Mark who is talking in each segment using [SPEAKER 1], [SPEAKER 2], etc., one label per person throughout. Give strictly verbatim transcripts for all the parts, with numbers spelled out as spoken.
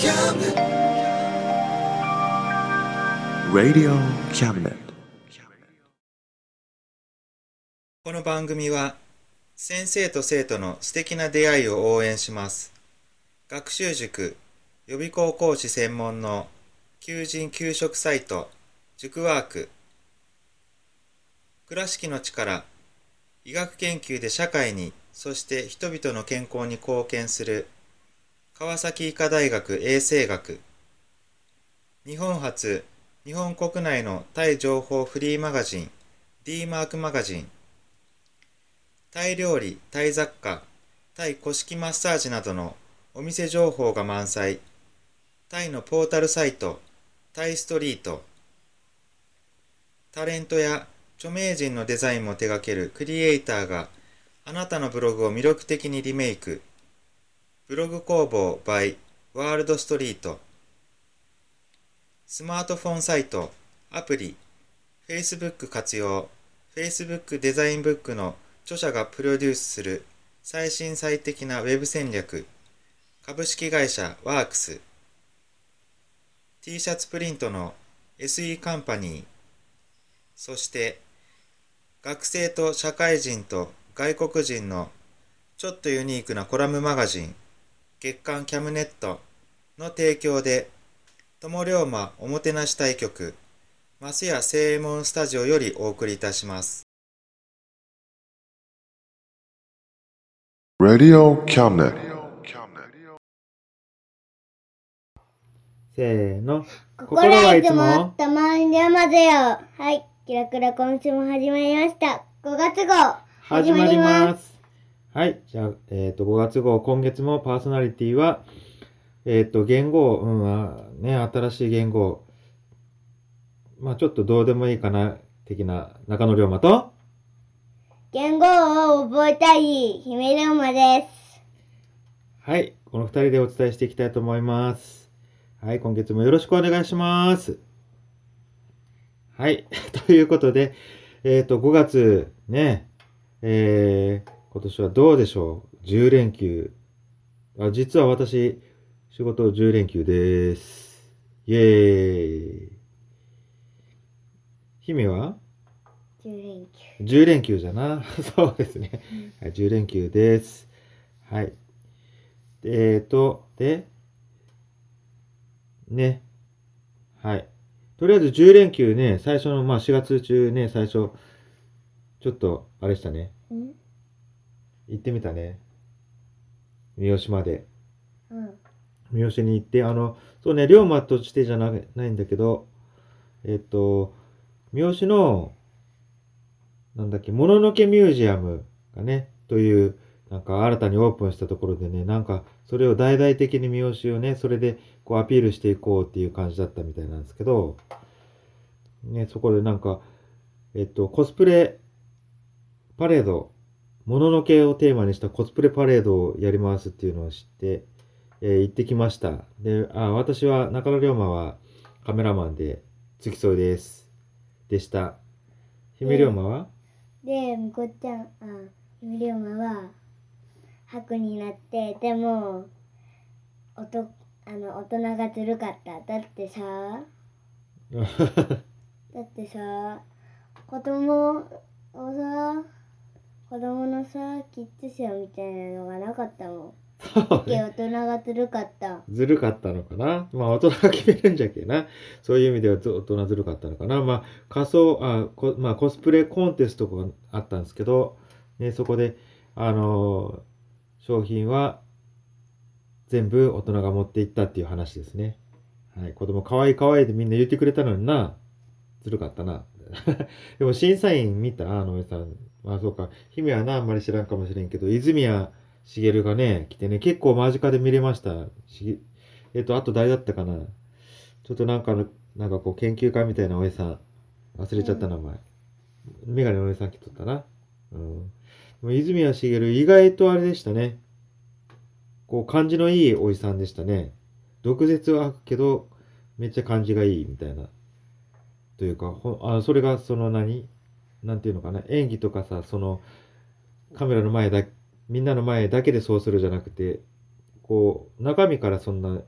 [SPEAKER 1] Radio Cabinet。
[SPEAKER 2] この番組は先生と生徒の素敵な出会いを応援します。学習塾予備校講師専門の求人・求職サイト塾ワーク。倉敷の力、医学研究で社会に、そして人々の健康に貢献する川崎医科大学衛生学。日本初、日本国内のタイ情報フリーマガジン D マークマガジン。タイ料理、タイ雑貨、タイ古式マッサージなどのお店情報が満載。タイのポータルサイト、タイストリート。タレントや著名人のデザインも手掛けるクリエイターがあなたのブログを魅力的にリメイク。ブログ工房 by ワールドストリート。スマートフォンサイト、アプリ、Facebook 活用、Facebook デザインブックの著者がプロデュースする最新最適なウェブ戦略。株式会社ワークス。T シャツプリントの エスイー カンパニー。そして学生と社会人と外国人のちょっとユニークなコラムマガジン月刊キャムネットの提供で友龍馬おもてなし対局増屋正右衛門スタジオよりお送りいたします。
[SPEAKER 1] Radio Cabinet。
[SPEAKER 3] せーの。
[SPEAKER 4] 心はいつもたまに山ぜよ。はい、キラキラ今週も始まりました。ごがつ号
[SPEAKER 3] 始まります。はい、じゃあ、えっと、ごがつ号、今月もパーソナリティは、えっと、言語、うん、あね、新しい言語、まあちょっとどうでもいいかな、的な中野龍馬と、
[SPEAKER 4] 言語を覚えたい姫龍馬です。
[SPEAKER 3] はい、この二人でお伝えしていきたいと思います。はい、今月もよろしくお願いします。はい、ということで、えっと、ごがつ、ね、えー、今年はどうでしょう。じゅう連休。あ、実は私、仕事じゅう連休です。イェーイ。姫は
[SPEAKER 4] じゅう連休。
[SPEAKER 3] じゅう連休じゃな。そうですね。はい、じゅう連休です。はい。えーと、で、ね。はい。とりあえずじゅう連休ね、最初の、まあしがつ中ね、最初、ちょっと、あれしたね。
[SPEAKER 4] ん
[SPEAKER 3] 行ってみたね。三好まで。
[SPEAKER 4] うん。
[SPEAKER 3] 三好に行って、あの、そうね、龍馬としてじゃなないんだけど、えっと、三好の、なんだっけ、もののけミュージアムがね、という、なんか新たにオープンしたところでね、なんか、それを大々的に三好をね、それで、こうアピールしていこうっていう感じだったみたいなんですけど、ね、そこでなんか、えっと、コスプレパレード、もののけをテーマにしたコスプレパレードをやりますっていうのを知って、えー行ってきました。で、あ、私は、中野龍馬はカメラマンで、付き添いです。でした。姫龍馬は、
[SPEAKER 4] で、みこちゃん、あ、姫龍馬は白になって、でも、おと、あの、大人がずるかった。だってさ、だってさ、子供をさ、子供のさ、キッズショーみたいなのがなかったもん。
[SPEAKER 3] そう
[SPEAKER 4] で、
[SPEAKER 3] ね。
[SPEAKER 4] 大人がずるかった。
[SPEAKER 3] ずるかったのかな。まあ、大人が決めるんじゃけな。そういう意味ではず大人ずるかったのかな。まあ、仮装、あ、こまあ、コスプレコンテストがあったんですけど、ね、そこで、あのー商品は全部大人が持っていったっていう話ですね。はい。子供可愛い可愛いってみんな言ってくれたのにな。ずるかったな。でも審査員見たあの上さん。まあそうか。姫はな、あんまり知らんかもしれんけど、泉谷しげるがね、来てね、結構間近で見れました。しえっと、あと誰だったかな。ちょっとなんかの、なんかこう研究家みたいなおじさん。忘れちゃった名前。メガネのおじさん来とったな。うん。でも泉谷しげる、意外とあれでしたね。こう感じのいいおじさんでしたね。毒舌は吐くけど、めっちゃ感じがいいみたいな。というか、ほあそれがその何なんていうのかな。演技とかさ、そのカメラの前だ、みんなの前だけでそうするじゃなくて、こう、中身からそんな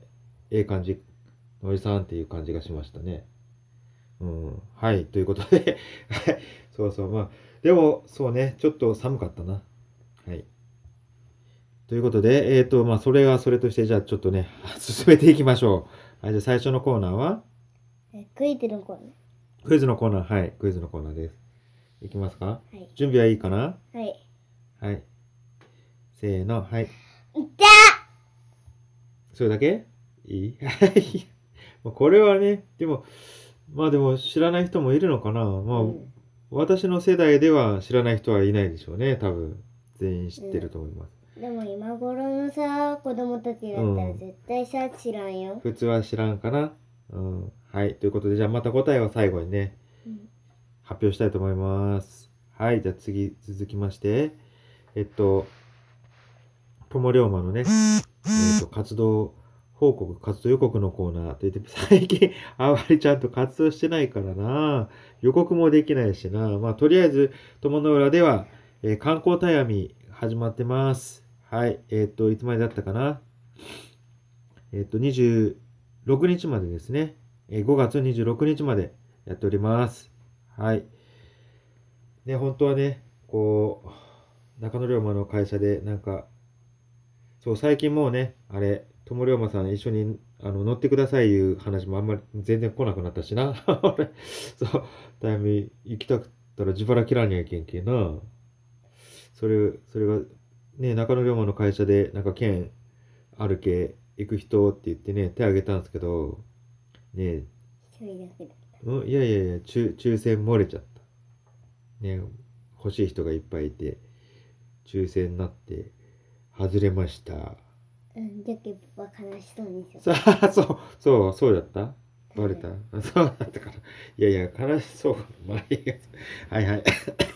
[SPEAKER 3] ええ感じのおじさんっていう感じがしましたね。うん、はいということではいそうそうまあでもそうねちょっと寒かったな。はいということでえっ、ー、とまあそれはそれとしてじゃあちょっとね進めていきましょう。はいじゃあ最初のコーナーは
[SPEAKER 4] えクイズのコーナ
[SPEAKER 3] クイズのコーナーはいクイズのコーナーです。いきますか。
[SPEAKER 4] ー。はい。
[SPEAKER 3] 準備はいいかな。
[SPEAKER 4] はい。
[SPEAKER 3] はいせーのはい
[SPEAKER 4] いった
[SPEAKER 3] それだけいいはいこれはねでもまあでも知らない人もいるのかな。まあ、
[SPEAKER 4] うん、
[SPEAKER 3] 私の世代では知らない人はいないでしょうね。多分全員知ってると思います。
[SPEAKER 4] うん、でも今頃のさ子供たちだったら絶対さ、知らんよ。
[SPEAKER 3] 普通は知らんかな。うん。はいということでじゃあまた答えは最後にね、うん、発表したいと思います。はいじゃあ次続きましてえっと友龍馬のね、えっと活動報告、活動予告のコーナーと言って、最近あまりちゃんと活動してないからな。予告もできないしな。まあ、とりあえず、友の浦では、えー、観光対網始まってます。はい。えっ、ー、と、いつまでだったかな。えっ、ー、と、にじゅうろくにちまでですね。えー、ごがつにじゅうろくにちまでやっております。はい。ね、本当はね、こう、中野龍馬の会社で、なんか、そう、最近もうね、あれ、友龍馬さん一緒にあの乗ってくださいいう話もあんまり全然来なくなったしな。俺、そう、タイム行きたくったら自腹切らにゃいけんけな。それ、それが、ね、中野龍馬の会社で、なんか券あるけ、行く人って言ってね、手挙げたんですけど、ね、
[SPEAKER 4] 一人だけだ。
[SPEAKER 3] うん、いやいやいや、抽抽選漏れちゃった。ね、欲しい人がいっぱいいて、抽選になって、外れました。
[SPEAKER 4] うん、じゃけは悲しそうにし
[SPEAKER 3] さあ、そう、そう、そうだったバレた、うん、そうだったから。いやいや、悲しそう。まあいいや。はいはい。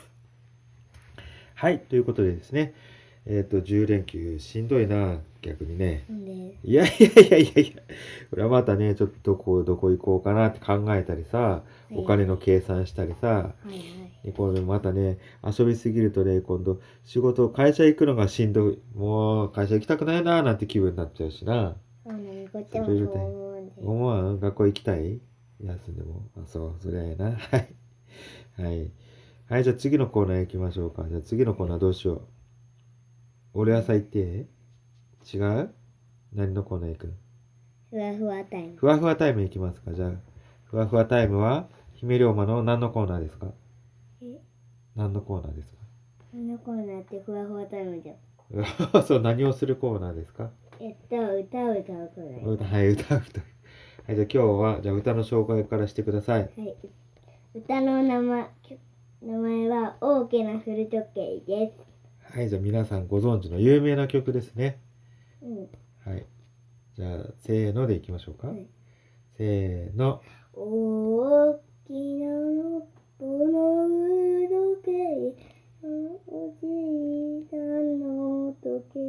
[SPEAKER 3] はい、ということでですね。えっ、ー、と、じゅう連休しんどいな、逆にね。
[SPEAKER 4] ね
[SPEAKER 3] いやいやいやいやいや、これはまたね、ちょっとこう、どこ行こうかなって考えたりさ、はい、お金の計算したりさ、はいはい、今度またね、遊びすぎるとね、今度仕事、会社行くのがしんどい。もう会社行きたくないな、なんて気分になっちゃうしな。
[SPEAKER 4] そうね、こっちもそう思うんで。
[SPEAKER 3] 思わん学校行きたい休んでも。あ、そう、それはやな。はい。はい。はい、じゃあ次のコーナー行きましょうか。じゃあ次のコーナーどうしよう。俺朝行って違う何のコーナー行く
[SPEAKER 4] ふわふわタイム。
[SPEAKER 3] ふわふわタイム行きますか。じゃあ、ふわふわタイムは、姫龍馬の何のコーナーですか。え何のコーナーですか。
[SPEAKER 4] 何のコーナーってふわふわタイムじゃ
[SPEAKER 3] ん。そう、何をするコーナーですか。
[SPEAKER 4] えっと、歌を歌うコーナー。
[SPEAKER 3] 歌、はい、歌う歌う。はい、じゃあ今日は、じゃあ歌の紹介からしてください。はい。
[SPEAKER 4] 歌の名前、名前は大きな古時計です。
[SPEAKER 3] はい、じゃあ皆さんご存知の有名な曲ですね。
[SPEAKER 4] うん。
[SPEAKER 3] はい。じゃあ、せーのでいきましょうか。はい、せーの。
[SPEAKER 4] 大きなのっぽの腕時計、おじいさんの時計、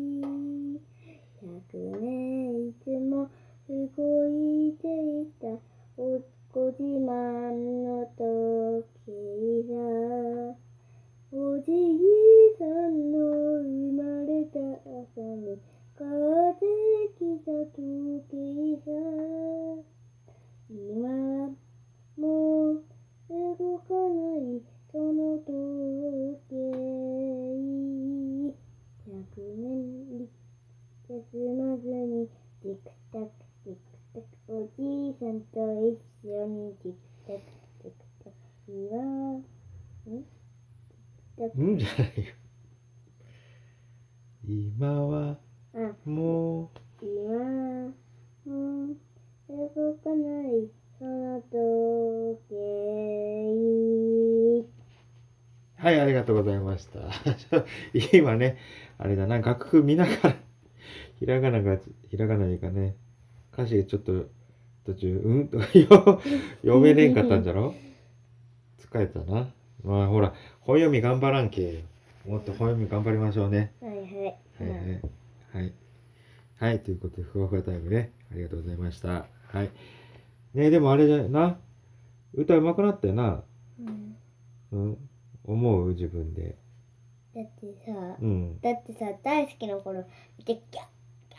[SPEAKER 4] 百年いつも動いていたおご自慢の時計だ。おじいさんの生まれた朝に風来た時計さ。今はもう動かないその時計。百年休まずにティクタクティクタク、おじいさんと一緒にティクタクティクタク。今はん
[SPEAKER 3] うんじゃないよ。今はもう
[SPEAKER 4] 今はもう動かないその時計。
[SPEAKER 3] はい、ありがとうございました。今ね、あれだな、楽譜見ながら、ひらがなが、ひらがなにかね、歌詞ちょっと途中、うんと読めねえかったんじゃろ。疲れたな。まあほら、本読み頑張らんけ。もっと本読み頑張りましょうね。
[SPEAKER 4] はいはい。
[SPEAKER 3] はいはい。はい。はい、ということで、ふわふわタイムね。ありがとうございました。はい。ねえ、でもあれじゃな。歌うまくなったよな。うん。うん。思う自分で。
[SPEAKER 4] だってさ、
[SPEAKER 3] うん。
[SPEAKER 4] だってさ、大好きな頃、見て、キャッキャッ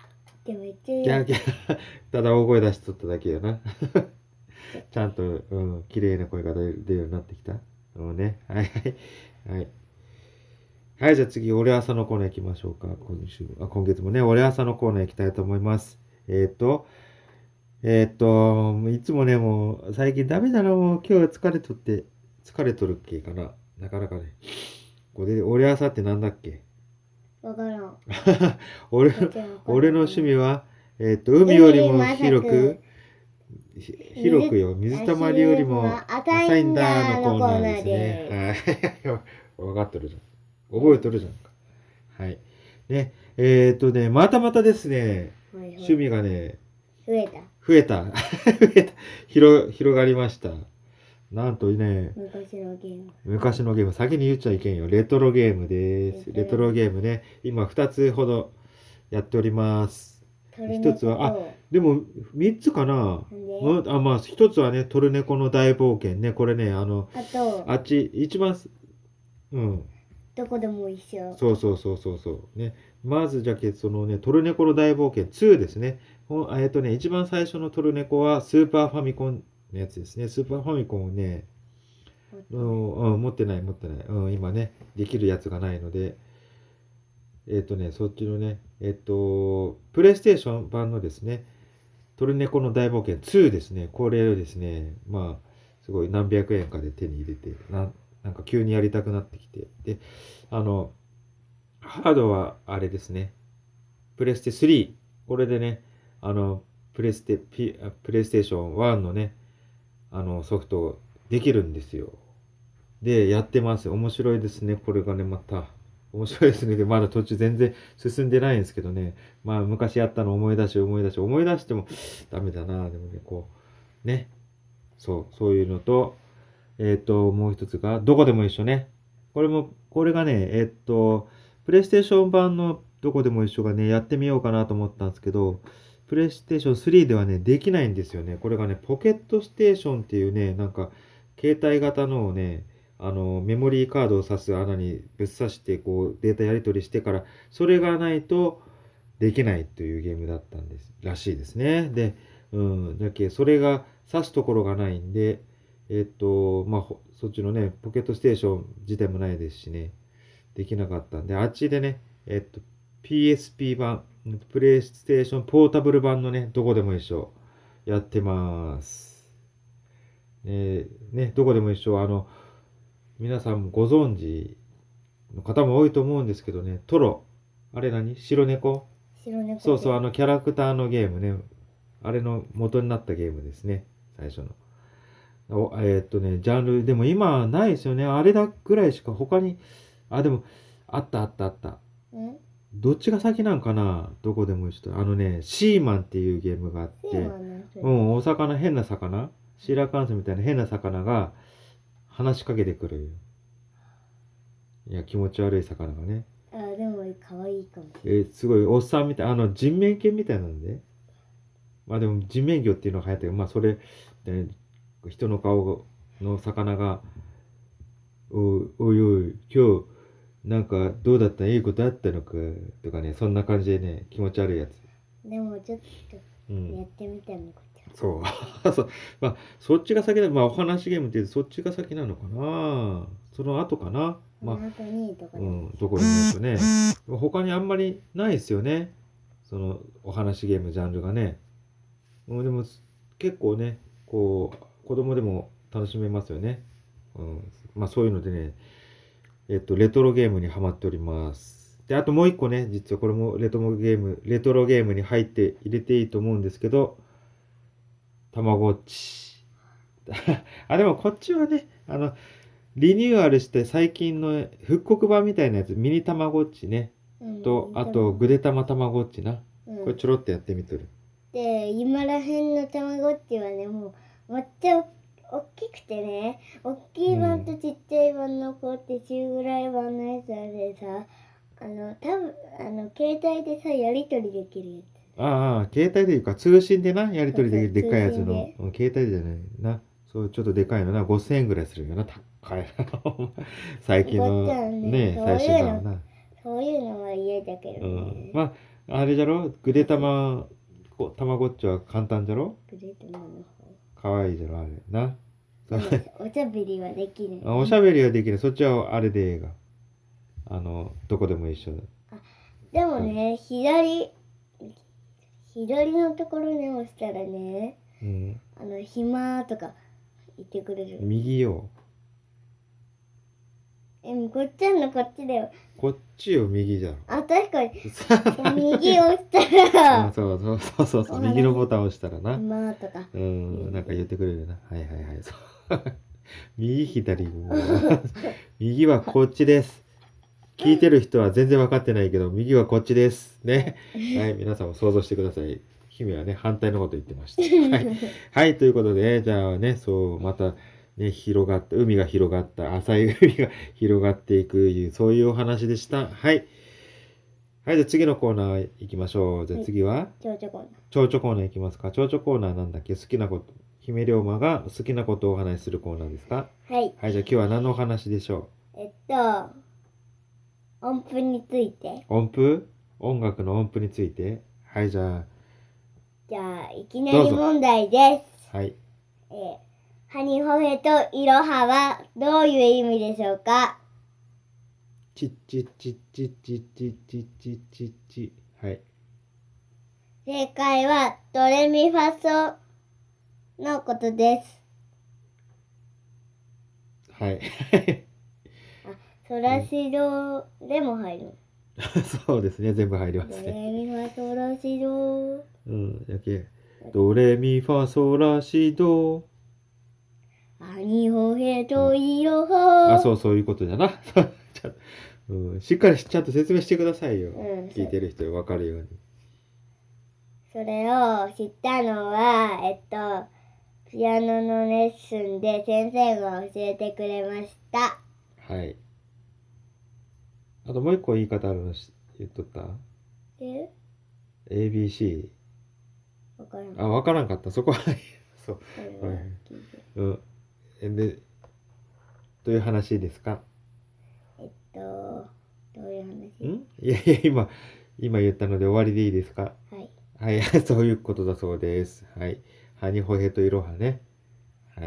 [SPEAKER 4] ってめっちゃいい。
[SPEAKER 3] ギャーギャー。ただ大声出しとっただけよな。ちゃんと、うん、綺麗な声が出る出るようになってきた。うんね。はいはい。はい。はい、じゃあ次、俺朝のコーナー行きましょうか。今週、あ、今月もね、俺朝のコーナー行きたいと思います。えっと、えっと、いつもね、もう、最近ダメだな、もう、今日は疲れとって、疲れとるっけかな。なかなかね。これで、俺朝ってなんだっけ？
[SPEAKER 4] わからん。
[SPEAKER 3] 俺の、俺の趣味は、えっと、海よりも広く、ひ広くよ、水たまりよりも浅いんだのコーナーですね。はい。分かっとるじゃん。覚えとるじゃんか。はい。ね、えっとね、またまたですね、
[SPEAKER 4] はいはい、
[SPEAKER 3] 趣味がね、
[SPEAKER 4] 増えた。
[SPEAKER 3] 増えた。増えた。広、広がりました。なんとね、
[SPEAKER 4] 昔のゲーム。
[SPEAKER 3] 昔のゲーム、先に言っちゃいけんよ。レトロゲームです。レトロゲームね、今ふたつほどやっております。一つは、あ、でもみっつかな。あ、まあ一つはね、トルネコの大冒険ね。これね、あの、
[SPEAKER 4] あと、
[SPEAKER 3] あっち、一番、うん。
[SPEAKER 4] どこでも一緒。
[SPEAKER 3] そうそうそうそうそう。ね。まずじゃけ、そのね、トルネコの大冒険ツーですね。ほえっとね、一番最初のトルネコはスーパーファミコンのやつですね。スーパーファミコンをね、うん、うん、持ってない持ってない。うん、今ね、できるやつがないので、えっとね、そっちのね、えっと、プレイステーション版のですね、トルネコの大冒険ツーですね。これをですね、まあ、すごい何百円かで手に入れて、ななんか急にやりたくなってきて。で、あの、ハードはあれですね、プレステスリー。これでね、あの、プレステ、P、プレイステーションワンのね、あの、ソフトできるんですよ。で、やってます。面白いですね。これがね、また。面白いですね。まだ途中全然進んでないんですけどね。まあ、昔やったの思い出し、思い出し、思い出してもダメだな。でもね、こう、ね。そう、そういうのと、えっと、もう一つが、どこでも一緒ね。これも、これがね、えっと、プレイステーション版のどこでも一緒がね、やってみようかなと思ったんですけど、プレイステーションスリーではね、できないんですよね。これがね、ポケットステーションっていうね、なんか、携帯型のをね、あの、メモリーカードを挿す穴にぶっ刺して、こう、データやり取りしてから、それがないとできないというゲームだったんです、らしいですね。で、うん、だけそれが挿すところがないんで、えっと、まあ、そっちのね、ポケットステーション自体もないですしね、できなかったんで、あっちでね、えっと、ピーエスピー 版、プレイステーションポータブル版のね、どこでも一緒、やってます。えー、ね、どこでも一緒、あの、皆さんもご存知の方も多いと思うんですけどね、トロ、あれ何？白猫？
[SPEAKER 4] 白猫。
[SPEAKER 3] そうそう、あのキャラクターのゲームね、あれの元になったゲームですね、最初の。おえー、っとね、ジャンル、でも今はないですよね、あれだぐらいしか他に、あ、でも、あったあったあった。
[SPEAKER 4] ん？
[SPEAKER 3] どっちが先なんかな、どこでも一緒。あのね、シーマンっていうゲームがあって、うん、お魚、変な魚、シーラカンスみたいな変な魚が話しかけてくる。いや、気持ち悪い魚がね。
[SPEAKER 4] あ、でも可愛いかも。
[SPEAKER 3] えー、すごい、おっさんみたい、あの、人面犬みたいなんで。まあでも、人面魚っていうのが流行ってる。まあ、それ、ね、人の顔の魚が、おいおいおい、今日、なんか、どうだった？いいことあったのかとかね、そんな感じでね、気持ち悪いやつ。
[SPEAKER 4] でも、ちょっと、やってみたのか。
[SPEAKER 3] そう。そう。まあ、そっちが先だ。まあ、お話ゲームってそっちが先なのかな。その後かな。まあ、うん、どこでもいいですよね。他にあんまりないですよね。その、お話ゲームジャンルがね。でも、結構ね、こう、子供でも楽しめますよね。うん。まあ、そういうのでね、えっと、レトロゲームにハマっております。で、あともう一個ね、実はこれもレトロゲーム、レトロゲームに入って入れていいと思うんですけど、たまごっち。あ、でもこっちはね、あの、リニューアルして最近の復刻版みたいなやつ、ミニたまごっちね。うん、と、あと、ぐでたまたまごっちな。うん、これちょろっとやってみとる。
[SPEAKER 4] で、今らへんのたまごっちはね、もう、めっちゃ大きくてね、大きい版とちっちゃい版のこうって中ぐらい版のやつでさ、あの、多分あの、携帯でさ、やりとりできるやつ。
[SPEAKER 3] ああ、携帯でいうか、通信でな、やりとりできるでっかいやつの。携帯じゃないな。そう、ちょっとでかいのな。ごせんえんぐらいするよな。高いな。最近のね、
[SPEAKER 4] ね最新だな。そういうのは嫌だけどね。
[SPEAKER 3] うん、まあ、 あれじゃろぐでたま、こたまごっちは簡単じゃろ
[SPEAKER 4] ぐれたまの
[SPEAKER 3] かわいいじゃろあれな。そ
[SPEAKER 4] 方。おしゃべりはできない。
[SPEAKER 3] あおしゃべりはできる。そっちはあれでええが。あの、どこでも一緒だ。
[SPEAKER 4] でもね、左、左のところに押したらね、
[SPEAKER 3] うん。
[SPEAKER 4] あの、暇とか言ってくれる。
[SPEAKER 3] 右よ。
[SPEAKER 4] え、こっちなのこっちだよ。
[SPEAKER 3] こっちよ、右じゃろ。
[SPEAKER 4] あ、確かに。右押した
[SPEAKER 3] あ
[SPEAKER 4] ら、
[SPEAKER 3] そうそうそうそうそう。右のボタンを押したらな。
[SPEAKER 4] 暇とか。
[SPEAKER 3] うん、なんか言ってくれるな。はいはいはい。そう右左。右はこっちです。聞いてる人は全然分かってないけど、右はこっちです。ね。はい、皆さんも想像してください。姫はね、反対のこと言ってました。はい。はい、ということで、じゃあね、そう、また、ね、広がった、海が広がった、浅い海が広がっていくいう、そういうお話でした。はい。はい、じゃあ次のコーナー行きましょう。じゃあ次は、
[SPEAKER 4] ちょうちょこんな。
[SPEAKER 3] 蝶々コーナー行きますか。蝶々コーナーなんだっけ好きなこと。姫龍馬が好きなことをお話しするコーナーですか。
[SPEAKER 4] はい。
[SPEAKER 3] はい、じゃあ今日は何のお話でしょ
[SPEAKER 4] えっと、音符について。
[SPEAKER 3] う。音符音楽の音符について。はい、じゃ
[SPEAKER 4] じゃあ、いきなり問題です。
[SPEAKER 3] あ、はい。
[SPEAKER 4] えー、ハニホヘとイロハはどういう意味でしょうか。
[SPEAKER 3] チッチッチッチッチッチッチッチッチッチッ。はい。
[SPEAKER 4] 正解はドレミファソのことです。
[SPEAKER 3] はい。
[SPEAKER 4] ソラシドでも入る。
[SPEAKER 3] そうですね、全部入りま
[SPEAKER 4] ド
[SPEAKER 3] す
[SPEAKER 4] レ
[SPEAKER 3] ね。
[SPEAKER 4] ミファソラシド。
[SPEAKER 3] うん、やけ。ドレミファソラシド。
[SPEAKER 4] ハニホヘとイロハ。
[SPEAKER 3] あ、そう、そういうことじゃな。ちゃんうん、しっかりちゃんと説明してくださいよ。
[SPEAKER 4] うん
[SPEAKER 3] 聞いてる人に分かるように。
[SPEAKER 4] それを知ったのは、えっと、ピアノのレッスンで先生が教えてくれました。
[SPEAKER 3] はい。あともう一個言い方あるのし言っとった
[SPEAKER 4] え
[SPEAKER 3] ?エービーシ
[SPEAKER 4] わからん。
[SPEAKER 3] ー。あ、分からんかった。そこは、そう。
[SPEAKER 4] これは聞いて
[SPEAKER 3] うん。えで、どういう話ですか
[SPEAKER 4] えっと、どういう話？
[SPEAKER 3] んいやいや、今、今言ったので終わりでいいですか
[SPEAKER 4] はい。
[SPEAKER 3] はい、そういうことだそうです。はい。ハニホヘとイロハね。はい。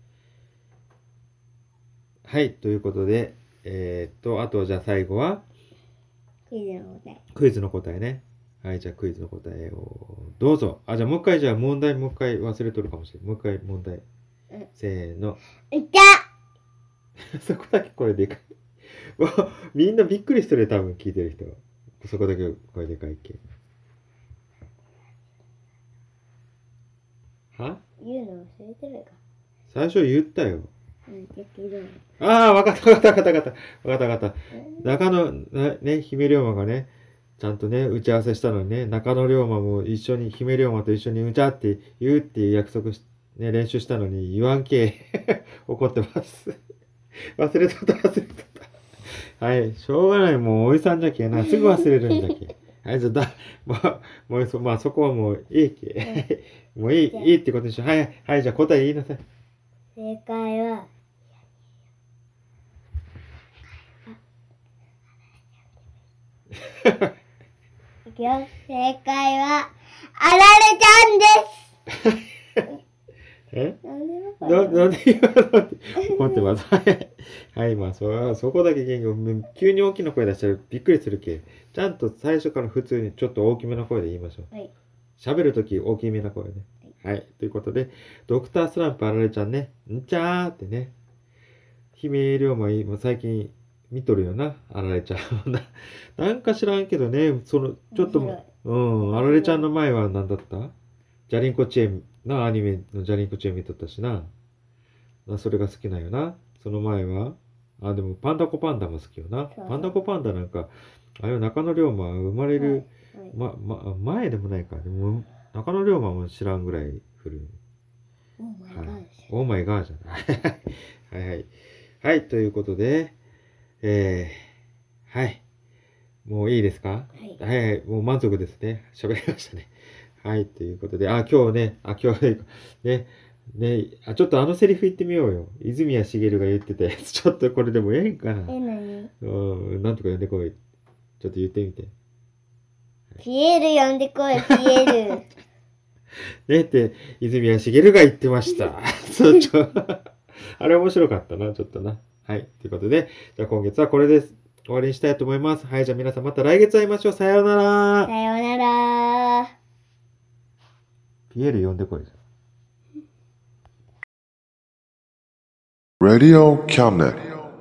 [SPEAKER 3] はい、ということで、えー、っと、あとじゃあ最後は、
[SPEAKER 4] クイズの答え。
[SPEAKER 3] クイズの答えね。はい、じゃあクイズの答えをどうぞ。あ、じゃあもう一回、じゃあ問題もう一回忘れとるかもしれない。もう一回問題。
[SPEAKER 4] うん
[SPEAKER 3] せーの。
[SPEAKER 4] いた
[SPEAKER 3] そこだけ声でかい。もうみんなびっくりしてるよ、多分聞いてる人は。そこだけ声でかいっけ。は
[SPEAKER 4] 言うの忘れてるか。
[SPEAKER 3] 最初言ったよ。
[SPEAKER 4] うん、だけど。
[SPEAKER 3] ああ、わかったわかったわかったわかった。わかったわかった。中野、なね、姫龍馬がね、ちゃんとね、打ち合わせしたのにね、中野龍馬も一緒に、姫龍馬と一緒に歌って言うっていう約束し、ね、練習したのに言わんけ。怒ってます。忘れとった忘れとった。はい、しょうがない。もうおじさんじゃけな。すぐ忘れるんじゃけ。はい、じゃあだ、まあ、もうそ、まあそこはもういいけ。もういい、いいってことでしょ。はい、はい、じゃあ答え言いなさい。
[SPEAKER 4] 正解は、いくよ。正解は、あられちゃんです。
[SPEAKER 3] え
[SPEAKER 4] なんでわか
[SPEAKER 3] な、
[SPEAKER 4] る
[SPEAKER 3] なんで言わなって思ってます。はい。はい、まあ、そ、そこだけ元気、急に大きな声出したらびっくりするけ。ちゃんと最初から普通にちょっと大きめの声で言いましょう。
[SPEAKER 4] はい。
[SPEAKER 3] 喋るとき大きめな声ね。はい。ということで、ドクタースランプあられちゃんね、んちゃーってね。姫龍馬も最近見とるよな、あられちゃん。な、なんか知らんけどね、その、ちょっと
[SPEAKER 4] 面白い、
[SPEAKER 3] うん、あられちゃんの前は何だったジャリンコチェーンな、アニメのジャリンコチェーン見とったしな。なそれが好きなんよな。その前は、あ、でもパンダコパンダも好きよな。
[SPEAKER 4] そう
[SPEAKER 3] パンダコパンダなんか、あれは中野龍馬生まれる、
[SPEAKER 4] はい。
[SPEAKER 3] ま、ま、前でもないか。でも、中野龍馬も知らんぐらい古い。
[SPEAKER 4] オーマイガーです。
[SPEAKER 3] オーマイガーじゃない。はいはい。はい、ということで、えー、はい。もういいですか
[SPEAKER 4] はい。
[SPEAKER 3] はいはい、もう満足ですね。喋りましたね。はい、ということで、あ、今日ね、あ、今日ね、ね、あ、ちょっとあのセリフ言ってみようよ。泉谷しげるが言ってたやつ、ちょっとこれでもええんかな。
[SPEAKER 4] え、なに？
[SPEAKER 3] うん、なんとか呼んでこい。ちょっと言ってみて。
[SPEAKER 4] ピエール呼んでこい、ピエール。
[SPEAKER 3] ねって、泉谷しげるが言ってました。そう、ちょ、あれ面白かったな、ちょっとな。はい。ということで、じゃあ今月はこれです。終わりにしたいと思います。はい。じゃあ皆さんまた来月会いましょう。さようなら。
[SPEAKER 4] さようなら。
[SPEAKER 3] ピエール呼んでこい。
[SPEAKER 1] Radio Cabinet.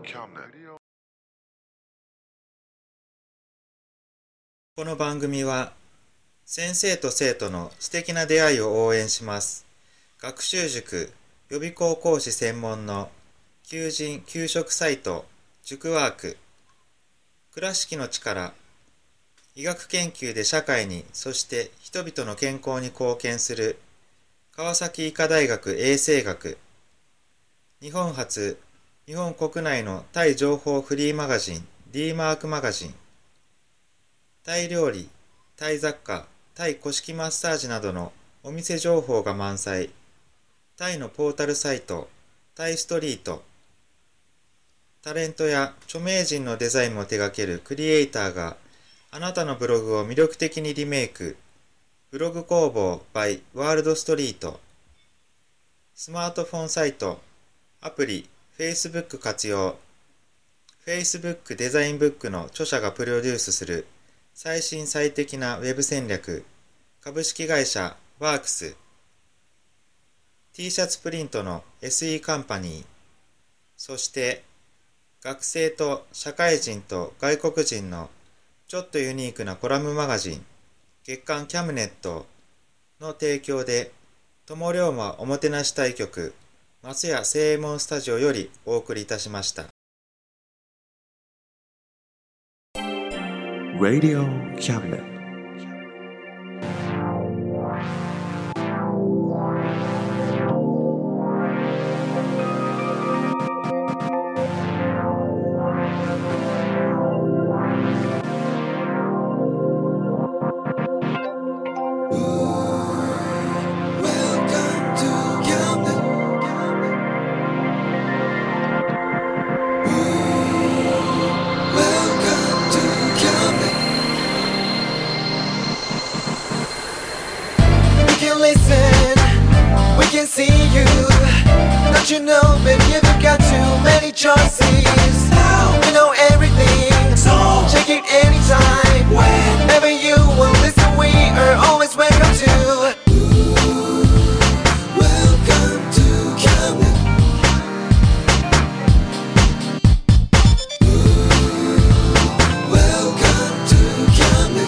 [SPEAKER 2] この番組は先生と生徒の素敵な出会いを応援します。学習塾予備校講師専門の求人・給食サイト塾ワーク、倉敷の力、医学研究で社会に、そして人々の健康に貢献する川崎医科大学衛生学、日本初、日本国内のタイ情報フリーマガジン D マークマガジン、タイ料理、タイ雑貨、タイ古式マッサージなどのお店情報が満載、タイのポータルサイト、タイストリート、タレントや著名人のデザインも手掛けるクリエイターがあなたのブログを魅力的にリメイク、ブログ工房 by ワールドストリート、スマートフォンサイト、アプリ、Facebook 活用、Facebook デザインブックの著者がプロデュースする最新最適なウェブ戦略、株式会社ワークス、T シャツプリントの エスイー カンパニー、そして学生と社会人と外国人のちょっとユニークなコラムマガジン、月刊キャムネットの提供で、友龍馬おもてなし対局、松屋正右衛門スタジオよりお送りいたしました。
[SPEAKER 1] Radio Cabinet.
[SPEAKER 5] You know, baby, you've got too many choices. Now you know everything, so check it anytime. Whenever you will listen, we are always welcome to. Welcome to Camden. Welcome to Camden.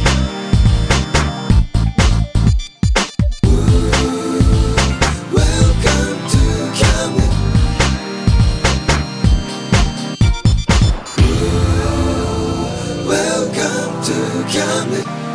[SPEAKER 5] Welcome to Camden. Welcome to Camden.